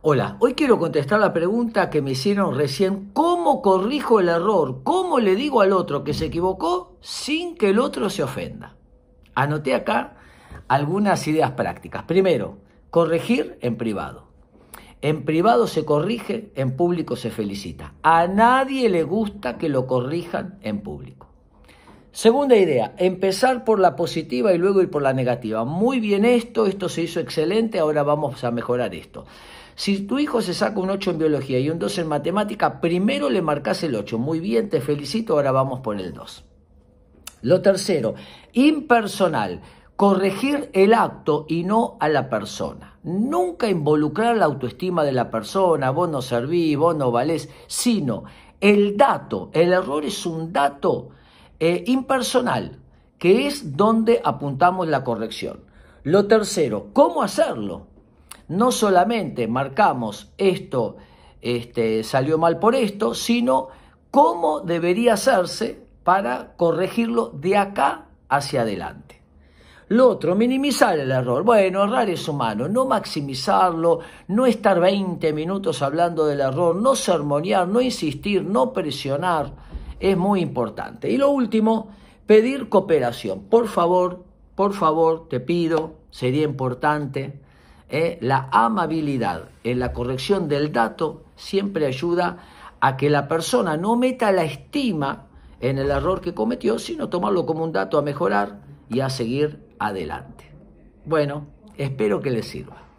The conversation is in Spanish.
Hola, hoy quiero contestar la pregunta que me hicieron recién. ¿Cómo corrijo el error? ¿Cómo le digo al otro que se equivocó sin que el otro se ofenda? Anoté acá algunas ideas prácticas. Primero, corregir en privado. En privado se corrige, en público se felicita. A nadie le gusta que lo corrijan en público. Segunda idea, empezar por la positiva y luego ir por la negativa. Muy bien esto se hizo excelente, ahora vamos a mejorar esto. Si tu hijo se saca un 8 en biología y un 2 en matemática, primero le marcas el 8. Muy bien, te felicito, ahora vamos por el 2. Lo tercero, impersonal. Corregir el acto y no a la persona. Nunca involucrar la autoestima de la persona, vos no servís, vos no valés, sino el dato. El error es un dato impersonal, que es donde apuntamos la corrección. Lo tercero, ¿cómo hacerlo? No solamente marcamos esto salió mal por esto, sino cómo debería hacerse para corregirlo de acá hacia adelante. Lo otro, minimizar el error. Bueno, errar es humano, no maximizarlo, no estar 20 minutos hablando del error, no sermonear, no insistir, no presionar, es muy importante. Y lo último, pedir cooperación. Por favor, te pido, sería importante, la amabilidad en la corrección del dato siempre ayuda a que la persona no meta la estima en el error que cometió, sino tomarlo como un dato a mejorar y a seguir adelante. Bueno, espero que les sirva.